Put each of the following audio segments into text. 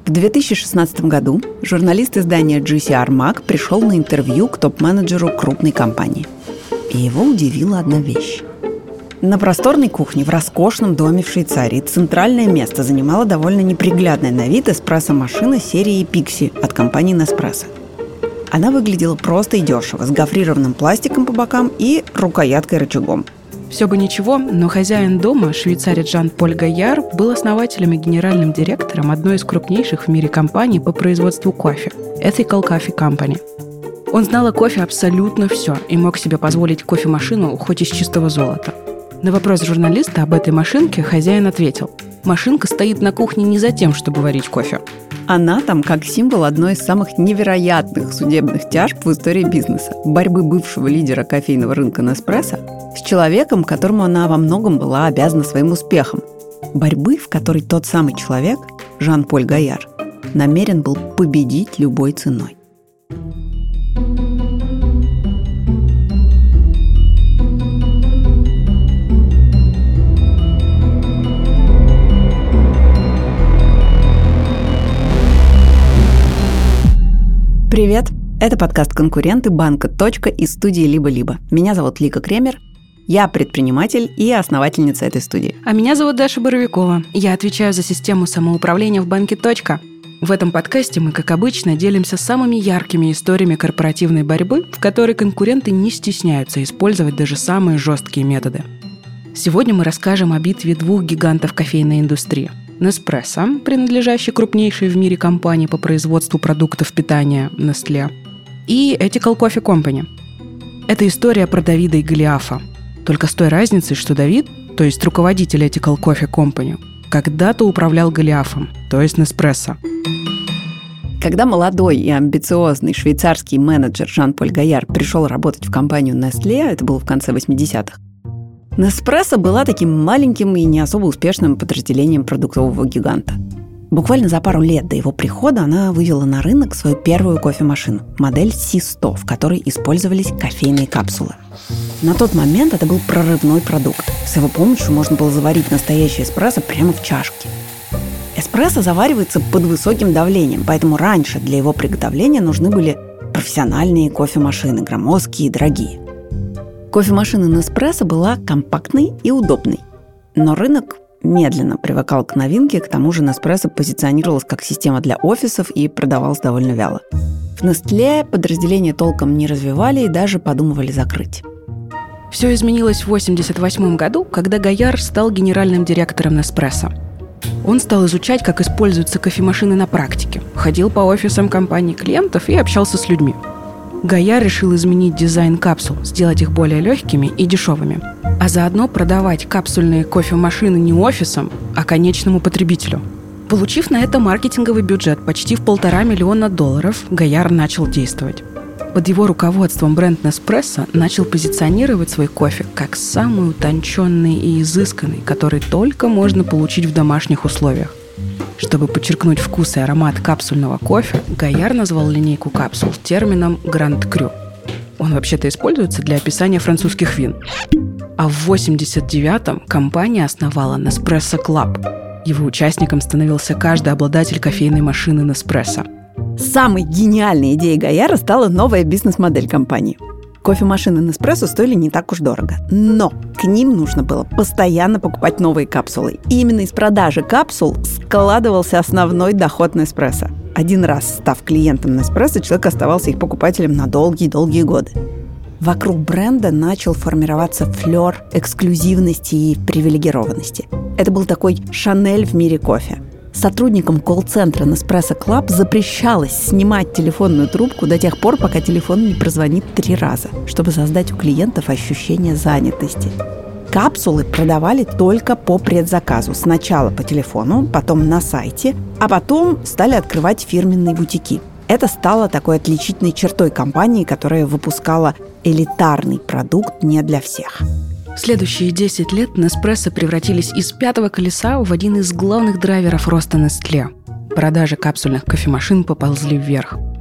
В 2016 году журналист издания GCR Mag пришел на интервью к топ-менеджеру крупной компании. И его удивила одна вещь. На просторной кухне в роскошном доме в Швейцарии центральное место занимала довольно неприглядная на вид эспрессо-машина серии Pixie от компании Nespresso. Она выглядела просто и дешево, с гофрированным пластиком по бокам и рукояткой-рычагом. Все бы ничего, но хозяин дома, швейцарец Жан-Поль Гайяр, был основателем и генеральным директором одной из крупнейших в мире компаний по производству кофе – Ethical Coffee Company. Он знал о кофе абсолютно все и мог себе позволить кофемашину хоть из чистого золота. На вопрос журналиста об этой машинке хозяин ответил: «Машинка стоит на кухне не за тем, чтобы варить кофе». Она там как символ одной из самых невероятных судебных тяжб в истории бизнеса – борьбы бывшего лидера кофейного рынка Nespresso с человеком, которому она во многом была обязана своим успехом. Борьбы, в которой тот самый человек, Жан-Поль Гайяр, намерен был победить любой ценой. Привет! Это подкаст «Конкуренты» банка «Точка» из студии «Либо-либо». Меня зовут Лика Кремер. Я предприниматель и основательница этой студии. А меня зовут Даша Боровикова. Я отвечаю за систему самоуправления в банке «Точка». В этом подкасте мы, как обычно, делимся самыми яркими историями корпоративной борьбы, в которой конкуренты не стесняются использовать даже самые жесткие методы. Сегодня мы расскажем о битве двух гигантов кофейной индустрии. Nespresso, принадлежащей крупнейшей в мире компании по производству продуктов питания Nestlé, и Ethical Coffee Company. Это история про Давида и Голиафа. Только с той разницей, что Давид, то есть руководитель Ethical Coffee Company, когда-то управлял Голиафом, то есть Nespresso. Когда молодой и амбициозный швейцарский менеджер Жан-Поль Гайяр пришел работать в компанию Nestlé, это было в конце 80-х, Nespresso была таким маленьким и не особо успешным подразделением продуктового гиганта. Буквально за пару лет до его прихода она вывела на рынок свою первую кофемашину, модель C100, в которой использовались кофейные капсулы. На тот момент это был прорывной продукт. С его помощью можно было заварить настоящий эспрессо прямо в чашке. Эспрессо заваривается под высоким давлением, поэтому раньше для его приготовления нужны были профессиональные кофемашины, громоздкие и дорогие. Кофемашина Nespresso была компактной и удобной. Но рынок медленно привыкал к новинке, к тому же Nespresso позиционировалась как система для офисов и продавалась довольно вяло. В Nestlé подразделение толком не развивали и даже подумывали закрыть. Все изменилось в 1988 году, когда Гайяр стал генеральным директором Nespresso. Он стал изучать, как используются кофемашины на практике, ходил по офисам компаний клиентов и общался с людьми. Гайяр решил изменить дизайн капсул, сделать их более легкими и дешевыми, а заодно продавать капсульные кофемашины не офисам, а конечному потребителю. Получив на это маркетинговый бюджет почти в $1,5 миллиона, Гайяр начал действовать. Под его руководством бренд Nespresso начал позиционировать свой кофе как самый утонченный и изысканный, который только можно получить в домашних условиях. Чтобы подчеркнуть вкус и аромат капсульного кофе, Гайяр назвал линейку капсул термином «Гранд Крю». Он вообще-то используется для описания французских вин. А в 1989-м компания основала Nespresso Club. Его участником становился каждый обладатель кофейной машины Nespresso. Самой гениальной идеей Гайяра стала новая бизнес-модель компании. Кофемашины Nespresso стоили не так уж дорого, но к ним нужно было постоянно покупать новые капсулы. И именно из продажи капсул складывался основной доход Nespresso. Один раз став клиентом Nespresso, человек оставался их покупателем на долгие-долгие годы. Вокруг бренда начал формироваться флёр эксклюзивности и привилегированности. Это был такой Шанель в мире кофе. Сотрудникам колл-центра Nespresso Club запрещалось снимать телефонную трубку до тех пор, пока телефон не прозвонит 3 раза, чтобы создать у клиентов ощущение занятости. Капсулы продавали только по предзаказу. Сначала по телефону, потом на сайте, а потом стали открывать фирменные бутики. Это стало такой отличительной чертой компании, которая выпускала элитарный продукт не для всех. В следующие 10 лет Nespresso превратились из пятого колеса в один из главных драйверов роста Nestlé. Продажи капсульных кофемашин поползли вверх.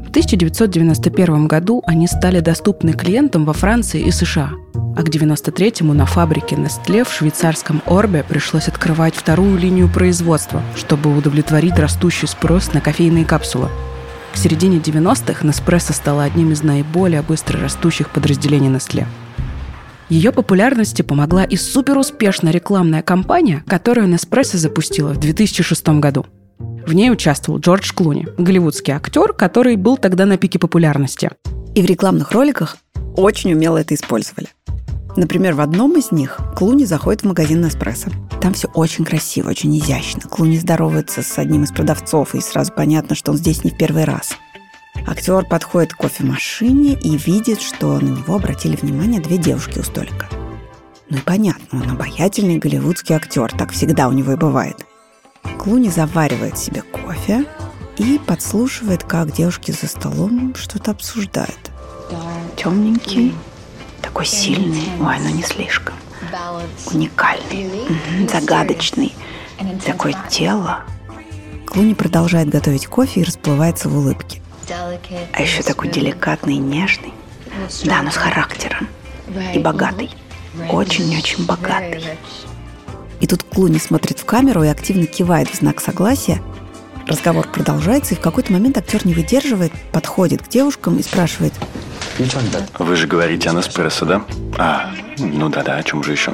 В 1991 году они стали доступны клиентам во Франции и США. А к 1993-му на фабрике Nestlé в швейцарском Орбе пришлось открывать вторую линию производства, чтобы удовлетворить растущий спрос на кофейные капсулы. К середине 90-х Nespresso стала одним из наиболее быстро растущих подразделений Nestlé. Ее популярности помогла и суперуспешная рекламная кампания, которую Nespresso запустила в 2006 году. В ней участвовал Джордж Клуни, голливудский актер, который был тогда на пике популярности. И в рекламных роликах очень умело это использовали. Например, в одном из них Клуни заходит в магазин Nespresso. Там все очень красиво, очень изящно. Клуни здоровается с одним из продавцов, и сразу понятно, что он здесь не в первый раз. Актер подходит к кофемашине и видит, что на него обратили внимание 2 девушки у столика. Ну и понятно, он обаятельный голливудский актер, так всегда у него и бывает. Клуни заваривает себе кофе и подслушивает, как девушки за столом что-то обсуждают. Темненький, такой сильный, ой, ну не слишком. Уникальный, загадочный, такое тело. Клуни продолжает готовить кофе и расплывается в улыбке. А еще такой деликатный и нежный. Да, но с характером. И богатый. Очень-очень богатый. И тут Клуни смотрит в камеру и активно кивает в знак согласия. Разговор продолжается, и в какой-то момент актер не выдерживает, подходит к девушкам и спрашивает: Вы же говорите о Nespresso, да? Ну да, о чем же еще?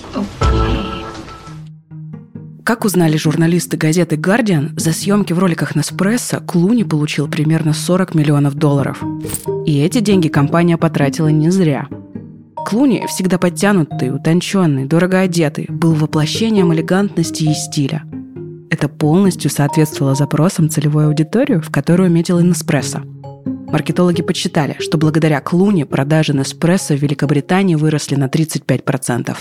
Как узнали журналисты газеты «Гардиан», за съемки в роликах Nespresso Клуни получил примерно $40 миллионов. И эти деньги компания потратила не зря. Клуни, всегда подтянутый, утонченный, дорого одетый, был воплощением элегантности и стиля. Это полностью соответствовало запросам целевой аудитории, в которую метил и Nespresso. Маркетологи подсчитали, что благодаря Клуни продажи Nespresso в Великобритании выросли на 35%.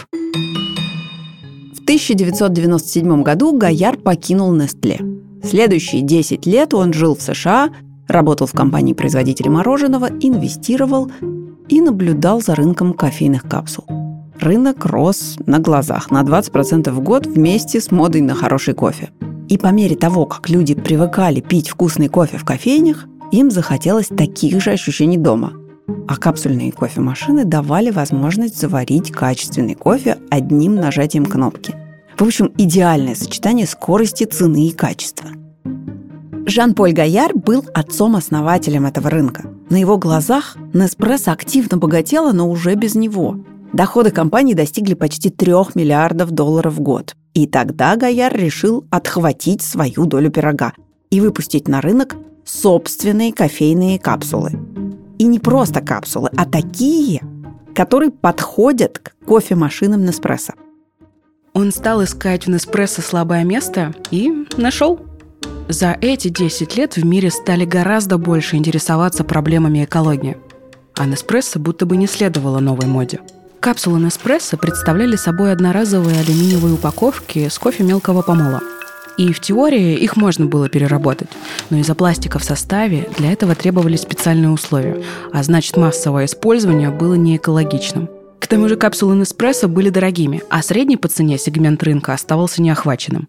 В 1997 году Гайяр покинул Nestlé. Следующие 10 лет он жил в США, работал в компании-производителе мороженого, инвестировал и наблюдал за рынком кофейных капсул. Рынок рос на глазах на 20% в год вместе с модой на хороший кофе. И по мере того, как люди привыкали пить вкусный кофе в кофейнях, им захотелось таких же ощущений дома. А капсульные кофемашины давали возможность заварить качественный кофе одним нажатием кнопки. В общем, идеальное сочетание скорости, цены и качества. Жан-Поль Гайяр был отцом-основателем этого рынка. На его глазах Nespresso активно богатела, но уже без него. Доходы компании достигли почти $3 миллиардов в год. И тогда Гайяр решил отхватить свою долю пирога и выпустить на рынок собственные кофейные капсулы. И не просто капсулы, а такие, которые подходят к кофемашинам Nespresso. Он стал искать в Nespresso слабое место и нашел. За эти 10 лет в мире стали гораздо больше интересоваться проблемами экологии. А Nespresso будто бы не следовало новой моде. Капсулы Nespresso представляли собой одноразовые алюминиевые упаковки с кофе мелкого помола. И в теории их можно было переработать, но из-за пластика в составе для этого требовались специальные условия, а значит массовое использование было неэкологичным. К тому же капсулы Nespresso были дорогими, а средний по цене сегмент рынка оставался неохваченным.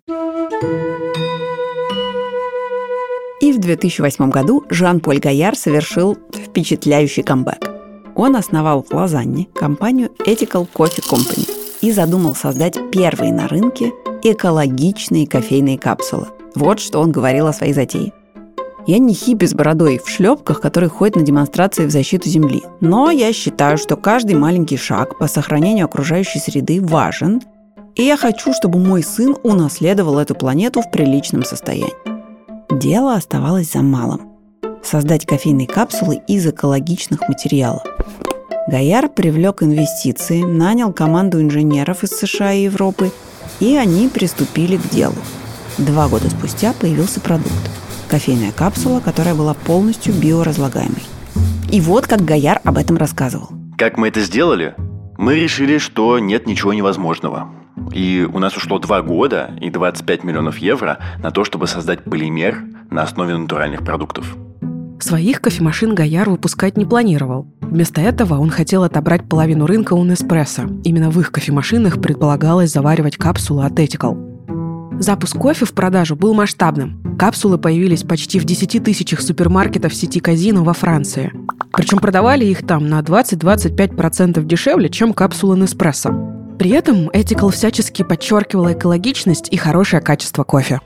И в 2008 году Жан-Поль Гайяр совершил впечатляющий камбэк. Он основал в Лозанне компанию Ethical Coffee Company и задумал создать первые на рынке экологичные кофейные капсулы. Вот что он говорил о своей затее. Я не хиппи с бородой в шлепках, который ходит на демонстрации в защиту Земли. Но я считаю, что каждый маленький шаг по сохранению окружающей среды важен, и я хочу, чтобы мой сын унаследовал эту планету в приличном состоянии. Дело оставалось за малым – создать кофейные капсулы из экологичных материалов. Гайяр привлек инвестиции, нанял команду инженеров из США и Европы, и они приступили к делу. 2 года спустя появился продукт – кофейная капсула, которая была полностью биоразлагаемой. И вот как Гайяр об этом рассказывал. Как мы это сделали? Мы решили, что нет ничего невозможного. И у нас ушло 2 года и 25 миллионов евро на то, чтобы создать полимер на основе натуральных продуктов. Своих кофемашин Гайяр выпускать не планировал. Вместо этого он хотел отобрать половину рынка у Nespresso. Именно в их кофемашинах предполагалось заваривать капсулы от Ethical. Запуск кофе в продажу был масштабным. Капсулы появились почти в 10 тысячах супермаркетов сети Казино во Франции. Причем продавали их там на 20-25% дешевле, чем капсулы Неспрессо. При этом Ethical всячески подчеркивала экологичность и хорошее качество кофе.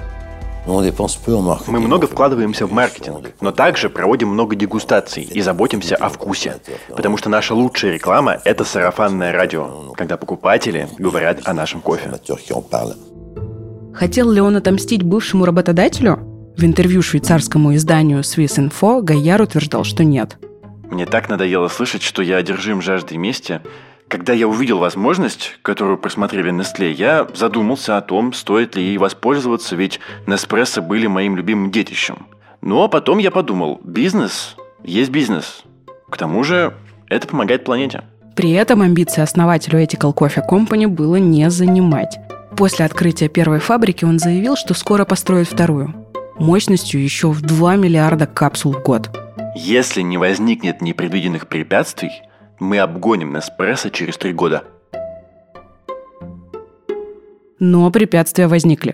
Мы много вкладываемся в маркетинг, но также проводим много дегустаций и заботимся о вкусе. Потому что наша лучшая реклама – это сарафанное радио, когда покупатели говорят о нашем кофе. Хотел ли он отомстить бывшему работодателю? В интервью швейцарскому изданию Swiss Info Гайяр утверждал, что нет. Мне так надоело слышать, что я одержим жаждой мести. Когда я увидел возможность, которую просмотрели Nestlé, я задумался о том, стоит ли ей воспользоваться, ведь Неспрессо были моим любимым детищем. Но потом я подумал, бизнес есть бизнес. К тому же это помогает планете. При этом амбиции основателю Ethical Coffee Company было не занимать. После открытия первой фабрики он заявил, что скоро построит вторую. Мощностью еще в 2 миллиарда капсул в год. Если не возникнет непредвиденных препятствий, мы обгоним Неспрессо через 3 года. Но препятствия возникли.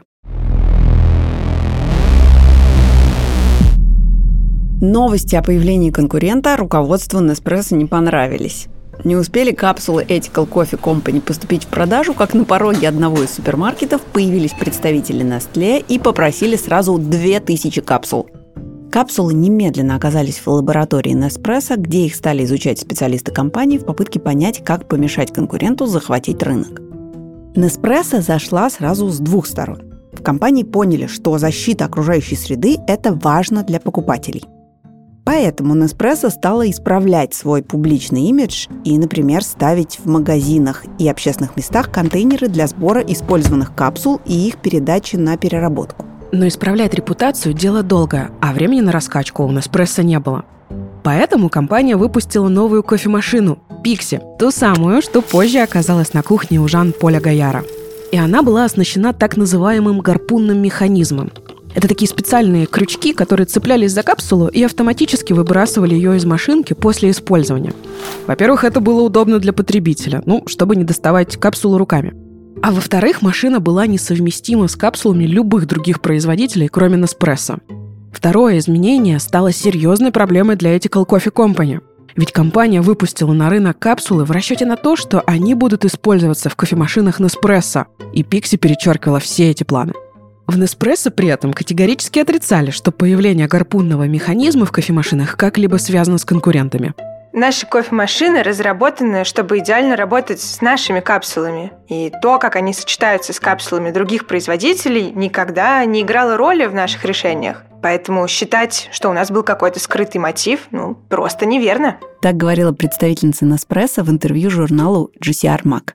Новости о появлении конкурента руководству Неспрессо не понравились. Не успели капсулы Ethical Coffee Company поступить в продажу, как на пороге одного из супермаркетов появились представители Nestlé и попросили сразу 2000 капсул. Капсулы немедленно оказались в лаборатории Неспрессо, где их стали изучать специалисты компании в попытке понять, как помешать конкуренту захватить рынок. Неспрессо зашла сразу с 2 сторон. В компании поняли, что защита окружающей среды – это важно для покупателей. Поэтому Неспрессо стала исправлять свой публичный имидж и, например, ставить в магазинах и общественных местах контейнеры для сбора использованных капсул и их передачи на переработку. Но исправлять репутацию – дело долгое, а времени на раскачку у Неспрессо не было. Поэтому компания выпустила новую кофемашину – Pixi, ту самую, что позже оказалась на кухне у Жан-Поля Гайяра. И она была оснащена так называемым гарпунным механизмом. Это такие специальные крючки, которые цеплялись за капсулу и автоматически выбрасывали ее из машинки после использования. Во-первых, это было удобно для потребителя, чтобы не доставать капсулу руками. А во-вторых, машина была несовместима с капсулами любых других производителей, кроме Неспрессо. Второе изменение стало серьезной проблемой для Ethical Coffee Company. Ведь компания выпустила на рынок капсулы в расчете на то, что они будут использоваться в кофемашинах Неспрессо, и Pixi перечеркивала все эти планы. В Неспрессо при этом категорически отрицали, что появление гарпунного механизма в кофемашинах как-либо связано с конкурентами. Наши кофемашины разработаны, чтобы идеально работать с нашими капсулами. И то, как они сочетаются с капсулами других производителей, никогда не играло роли в наших решениях. Поэтому считать, что у нас был какой-то скрытый мотив, просто неверно. Так говорила представительница Неспрессо в интервью журналу GCR Mag.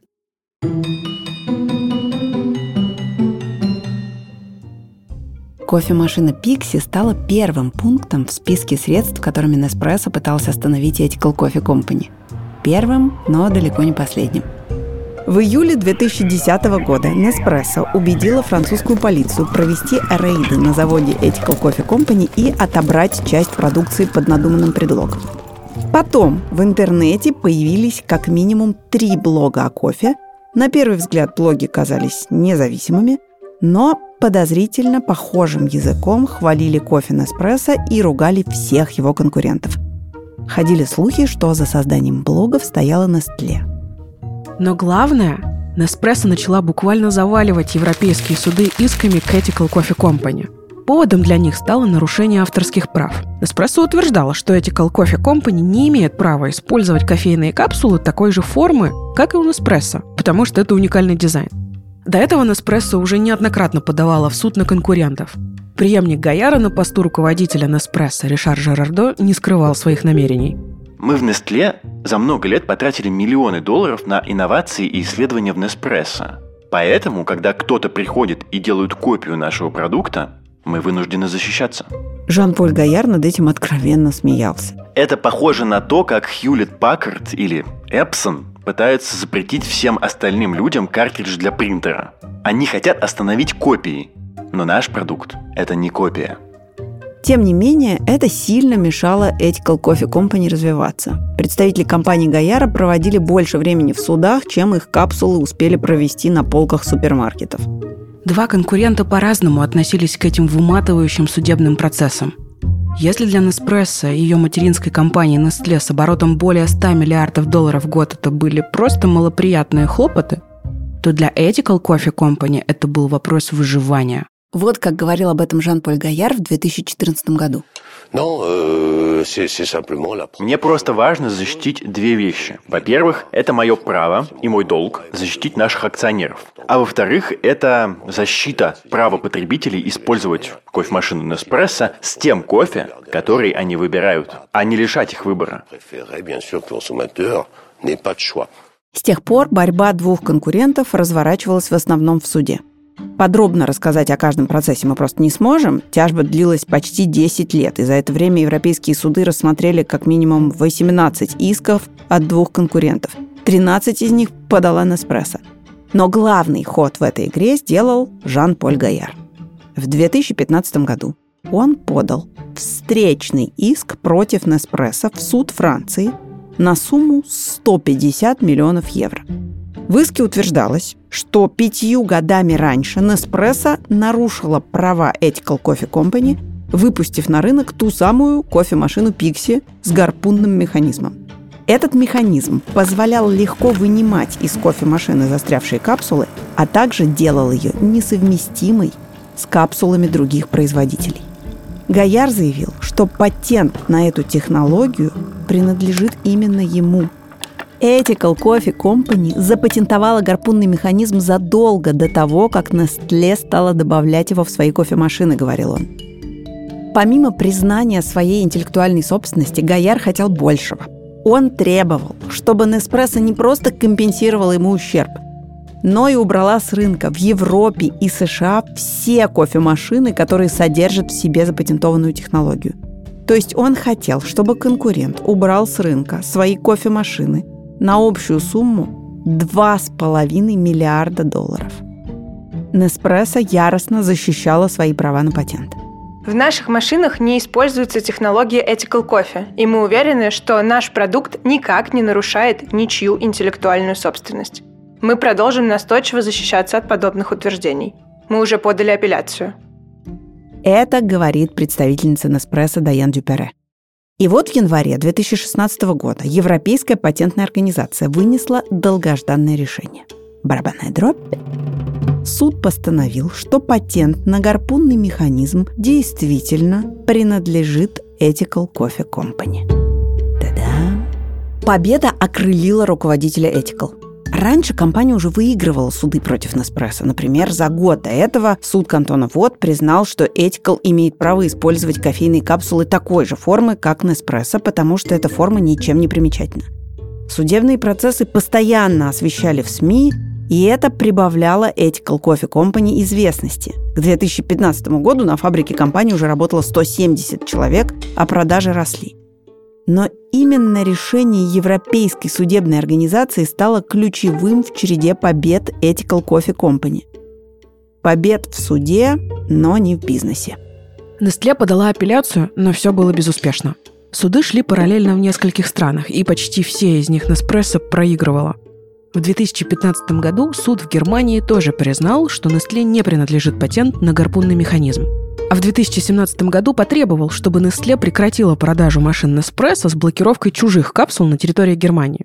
Кофемашина Pixi стала первым пунктом в списке средств, которыми Неспрессо пытался остановить Ethical Coffee Company. Первым, но далеко не последним. В июле 2010 года Неспрессо убедила французскую полицию провести рейды на заводе Ethical Coffee Company и отобрать часть продукции под надуманным предлогом. Потом в интернете появились как минимум 3 блога о кофе. На первый взгляд блоги казались независимыми, но подозрительно похожим языком хвалили кофе Неспрессо и ругали всех его конкурентов. Ходили слухи, что за созданием блогов стояла Nestlé. Но главное, Неспрессо начала буквально заваливать европейские суды исками к Ethical Coffee Company. Поводом для них стало нарушение авторских прав. Неспрессо утверждала, что Ethical Coffee Company не имеет права использовать кофейные капсулы такой же формы, как и у Неспрессо, потому что это уникальный дизайн. До этого Неспрессо уже неоднократно подавала в суд на конкурентов. Преемник Гайяра на посту руководителя Неспрессо Ришар Жерардо не скрывал своих намерений. Мы в Nestlé за много лет потратили миллионы долларов на инновации и исследования в Неспрессо. Поэтому, когда кто-то приходит и делает копию нашего продукта, мы вынуждены защищаться. Жан-Поль Гайяр над этим откровенно смеялся. Это похоже на то, как Hewlett-Packard или Epson пытаются запретить всем остальным людям картридж для принтера. Они хотят остановить копии, но наш продукт – это не копия. Тем не менее, это сильно мешало Ethical Coffee Company развиваться. Представители компании Гайяра проводили больше времени в судах, чем их капсулы успели провести на полках супермаркетов. Два конкурента по-разному относились к этим выматывающим судебным процессам. Если для Nespresso и ее материнской компании Nestlé с оборотом более $100 миллиардов в год это были просто малоприятные хлопоты, то для Ethical Coffee Company это был вопрос выживания. Вот как говорил об этом Жан-Поль Гайяр в 2014 году. Мне просто важно защитить две вещи. Во-первых, это мое право и мой долг защитить наших акционеров. А во-вторых, это защита права потребителей использовать кофемашину Nespresso с тем кофе, который они выбирают, а не лишать их выбора. С тех пор борьба двух конкурентов разворачивалась в основном в суде. Подробно рассказать о каждом процессе мы просто не сможем. Тяжба длилась почти 10 лет, и за это время европейские суды рассмотрели как минимум 18 исков от двух конкурентов. 13 из них подала Nespresso. Но главный ход в этой игре сделал Жан-Поль Гайяр. В 2015 году он подал встречный иск против Nespresso в суд Франции на сумму 150 миллионов евро. В иске утверждалось, что 5 годами раньше Nespresso нарушила права Ethical Coffee Company, выпустив на рынок ту самую кофемашину Pixie с гарпунным механизмом. Этот механизм позволял легко вынимать из кофемашины застрявшие капсулы, а также делал ее несовместимой с капсулами других производителей. Гайяр заявил, что патент на эту технологию принадлежит именно ему. Ethical Coffee Company запатентовала гарпунный механизм задолго до того, как Nestlé стала добавлять его в свои кофемашины, говорил он. Помимо признания своей интеллектуальной собственности, Гайяр хотел большего. Он требовал, чтобы Nespresso не просто компенсировала ему ущерб, но и убрала с рынка в Европе и США все кофемашины, которые содержат в себе запатентованную технологию. То есть он хотел, чтобы конкурент убрал с рынка свои кофемашины на общую сумму $2,5 миллиарда. Nespresso яростно защищала свои права на патент. В наших машинах не используется технология Ethical Coffee, и мы уверены, что наш продукт никак не нарушает ничью интеллектуальную собственность. Мы продолжим настойчиво защищаться от подобных утверждений. Мы уже подали апелляцию. Это говорит представительница Nespresso Дайан Дюперре. И вот в январе 2016 года Европейская патентная организация вынесла долгожданное решение. Барабанная дробь. Суд постановил, что патент на гарпунный механизм действительно принадлежит Ethical Coffee Company. Та-дам! Победа окрылила руководителя Ethical. Раньше компания уже выигрывала суды против Nespresso. Например, за год до этого суд кантона Вод признал, что Ethical имеет право использовать кофейные капсулы такой же формы, как Nespresso, потому что эта форма ничем не примечательна. Судебные процессы постоянно освещали в СМИ, и это прибавляло Ethical Coffee Company известности. К 2015 году на фабрике компании уже работало 170 человек, а продажи росли. Но именно решение Европейской судебной организации стало ключевым в череде побед Ethical Coffee Company. Побед в суде, но не в бизнесе. Nestlé подала апелляцию, но все было безуспешно. Суды шли параллельно в нескольких странах, и почти все из них Nespresso проигрывала. В 2015 году суд в Германии тоже признал, что Nestlé не принадлежит патент на гарпунный механизм. А в 2017 году потребовал, чтобы Nestlé прекратила продажу машин Nespresso с блокировкой чужих капсул на территории Германии.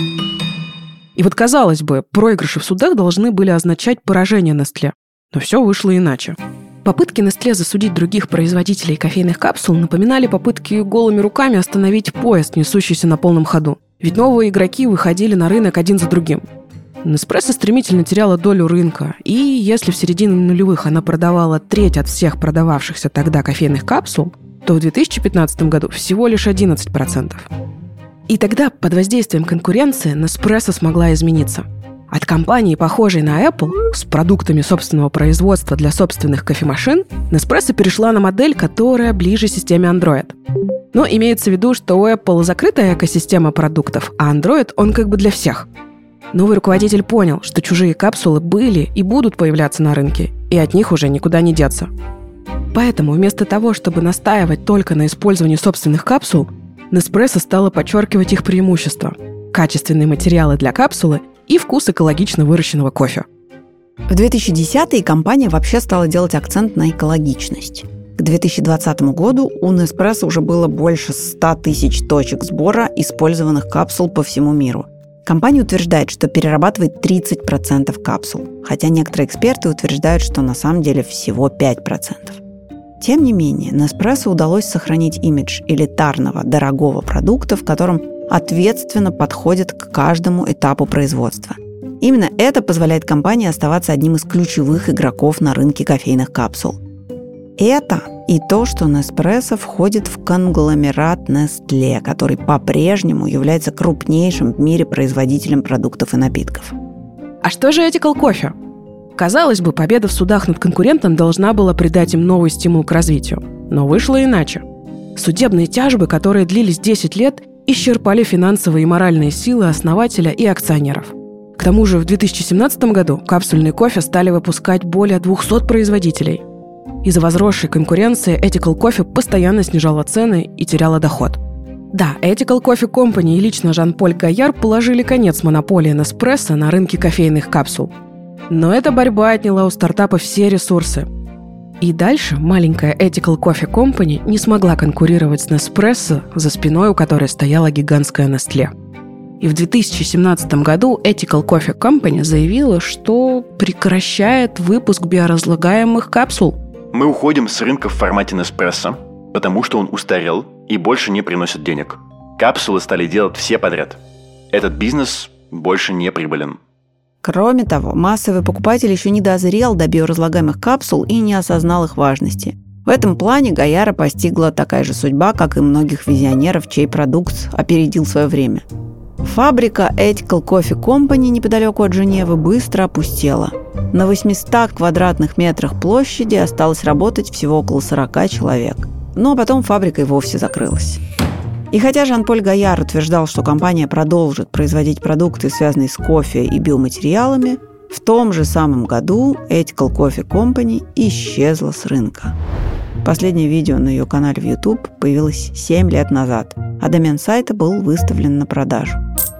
И вот, казалось бы, проигрыши в судах должны были означать поражение Nestlé. Но все вышло иначе. Попытки Nestlé засудить других производителей кофейных капсул напоминали попытки голыми руками остановить поезд, несущийся на полном ходу. Ведь новые игроки выходили на рынок один за другим. Nespresso стремительно теряла долю рынка, и если в середине нулевых она продавала треть от всех продававшихся тогда кофейных капсул, то в 2015 году всего лишь 11%. И тогда, под воздействием конкуренции, Nespresso смогла измениться. От компании, похожей на Apple, с продуктами собственного производства для собственных кофемашин, Nespresso перешла на модель, которая ближе системе Android. Но имеется в виду, что у Apple закрытая экосистема продуктов, а Android, он как бы для всех. Новый руководитель понял, что чужие капсулы были и будут появляться на рынке, и от них уже никуда не деться. Поэтому вместо того, чтобы настаивать только на использовании собственных капсул, Nespresso стала подчеркивать их преимущества – качественные материалы для капсулы и вкус экологично выращенного кофе. В 2010-е компания вообще стала делать акцент на экологичность. К 2020 году у Nespresso уже было больше 100 тысяч точек сбора использованных капсул по всему миру. Компания утверждает, что перерабатывает 30% капсул, хотя некоторые эксперты утверждают, что на самом деле всего 5%. Тем не менее, Nespresso удалось сохранить имидж элитарного, дорогого продукта, в котором ответственно подходит к каждому этапу производства. Именно это позволяет компании оставаться одним из ключевых игроков на рынке кофейных капсул. Это и то, что Nespresso входит в конгломерат Nestlé, который по-прежнему является крупнейшим в мире производителем продуктов и напитков. А что же Ethical Coffee? Казалось бы, победа в судах над конкурентом должна была придать им новый стимул к развитию. Но вышло иначе. Судебные тяжбы, которые длились 10 лет, исчерпали финансовые и моральные силы основателя и акционеров. К тому же в 2017 году капсульный кофе стали выпускать более 200 производителей. Из-за возросшей конкуренции Ethical Coffee постоянно снижала цены и теряла доход. Да, Ethical Coffee Company и лично Жан-Поль Гайяр положили конец монополии Nespresso на рынке кофейных капсул. Но эта борьба отняла у стартапа все ресурсы. И дальше маленькая Ethical Coffee Company не смогла конкурировать с Nespresso, за спиной у которой стояла гигантская Nestlé. И в 2017 году Ethical Coffee Company заявила, что прекращает выпуск биоразлагаемых капсул. Мы уходим с рынка в формате Nespresso, потому что он устарел и больше не приносит денег. Капсулы стали делать все подряд. Этот бизнес больше не прибылен. Кроме того, массовый покупатель еще не дозрел до биоразлагаемых капсул и не осознал их важности. В этом плане Гайяра постигла такая же судьба, как и многих визионеров, чей продукт опередил свое время. Фабрика Ethical Coffee Company неподалеку от Женевы быстро опустела. На 800 квадратных метрах площади осталось работать всего около 40 человек. Но потом фабрика и вовсе закрылась. И хотя Жан-Поль Гайяр утверждал, что компания продолжит производить продукты, связанные с кофе и биоматериалами, в том же самом году Ethical Coffee Company исчезла с рынка. Последнее видео на ее канале в YouTube появилось 7 лет назад, а домен сайта был выставлен на продажу.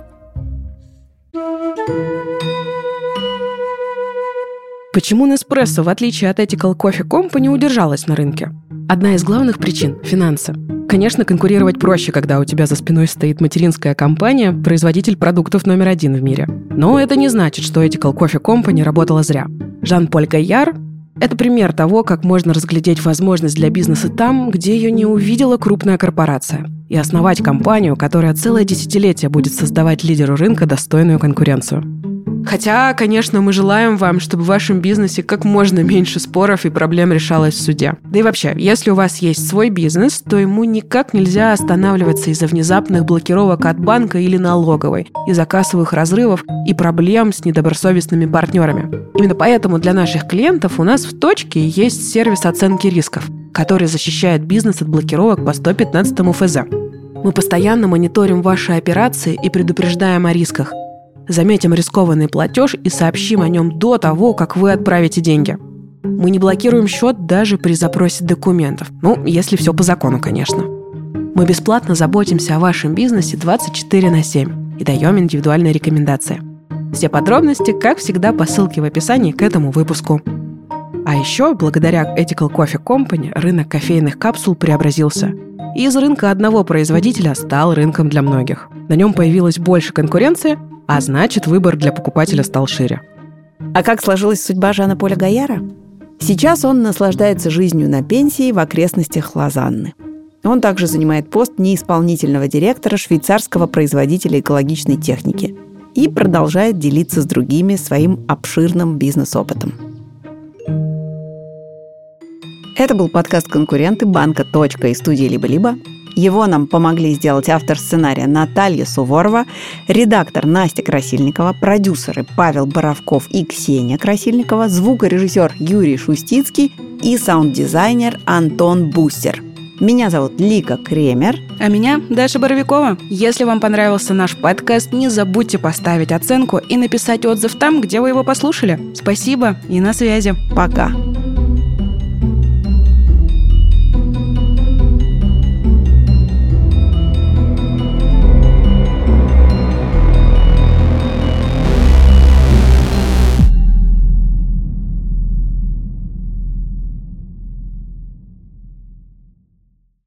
Почему Nespresso, в отличие от Ethical Coffee Company, удержалась на рынке? Одна из главных причин – финансы. Конечно, конкурировать проще, когда у тебя за спиной стоит материнская компания, производитель продуктов номер 1 в мире. Но это не значит, что Ethical Coffee Company работала зря. Жан-Поль Гайяр – это пример того, как можно разглядеть возможность для бизнеса там, где ее не увидела крупная корпорация, и основать компанию, которая целое десятилетие будет создавать лидеру рынка достойную конкуренцию. Хотя, конечно, мы желаем вам, чтобы в вашем бизнесе как можно меньше споров и проблем решалось в суде. Да и вообще, если у вас есть свой бизнес, то ему никак нельзя останавливаться из-за внезапных блокировок от банка или налоговой, из-за кассовых разрывов и проблем с недобросовестными партнерами. Именно поэтому для наших клиентов у нас в точке есть сервис оценки рисков, который защищает бизнес от блокировок по 115 ФЗ. Мы постоянно мониторим ваши операции и предупреждаем о рисках. Заметим рискованный платеж и сообщим о нем до того, как вы отправите деньги. Мы не блокируем счет даже при запросе документов. Если все по закону, конечно. Мы бесплатно заботимся о вашем бизнесе 24/7 и даем индивидуальные рекомендации. Все подробности, как всегда, по ссылке в описании к этому выпуску. А еще, благодаря Ethical Coffee Company, рынок кофейных капсул преобразился. И из рынка одного производителя стал рынком для многих. На нем появилось больше конкуренции, а значит, выбор для покупателя стал шире. А как сложилась судьба Жана-Поля Гайяра? Сейчас он наслаждается жизнью на пенсии в окрестностях Лозанны. Он также занимает пост неисполнительного директора швейцарского производителя экологичной техники и продолжает делиться с другими своим обширным бизнес-опытом. Это был подкаст «Конкуренты» банка «Точка» и студии «Либо-либо». Его нам помогли сделать автор сценария Наталья Суворова, редактор Настя Красильникова, продюсеры Павел Боровков и Ксения Красильникова, звукорежиссер Юрий Шустицкий и саунд-дизайнер Антон Бустер. Меня зовут Лика Кремер. А меня Даша Боровикова. Если вам понравился наш подкаст, не забудьте поставить оценку и написать отзыв там, где вы его послушали. Спасибо и на связи. Пока.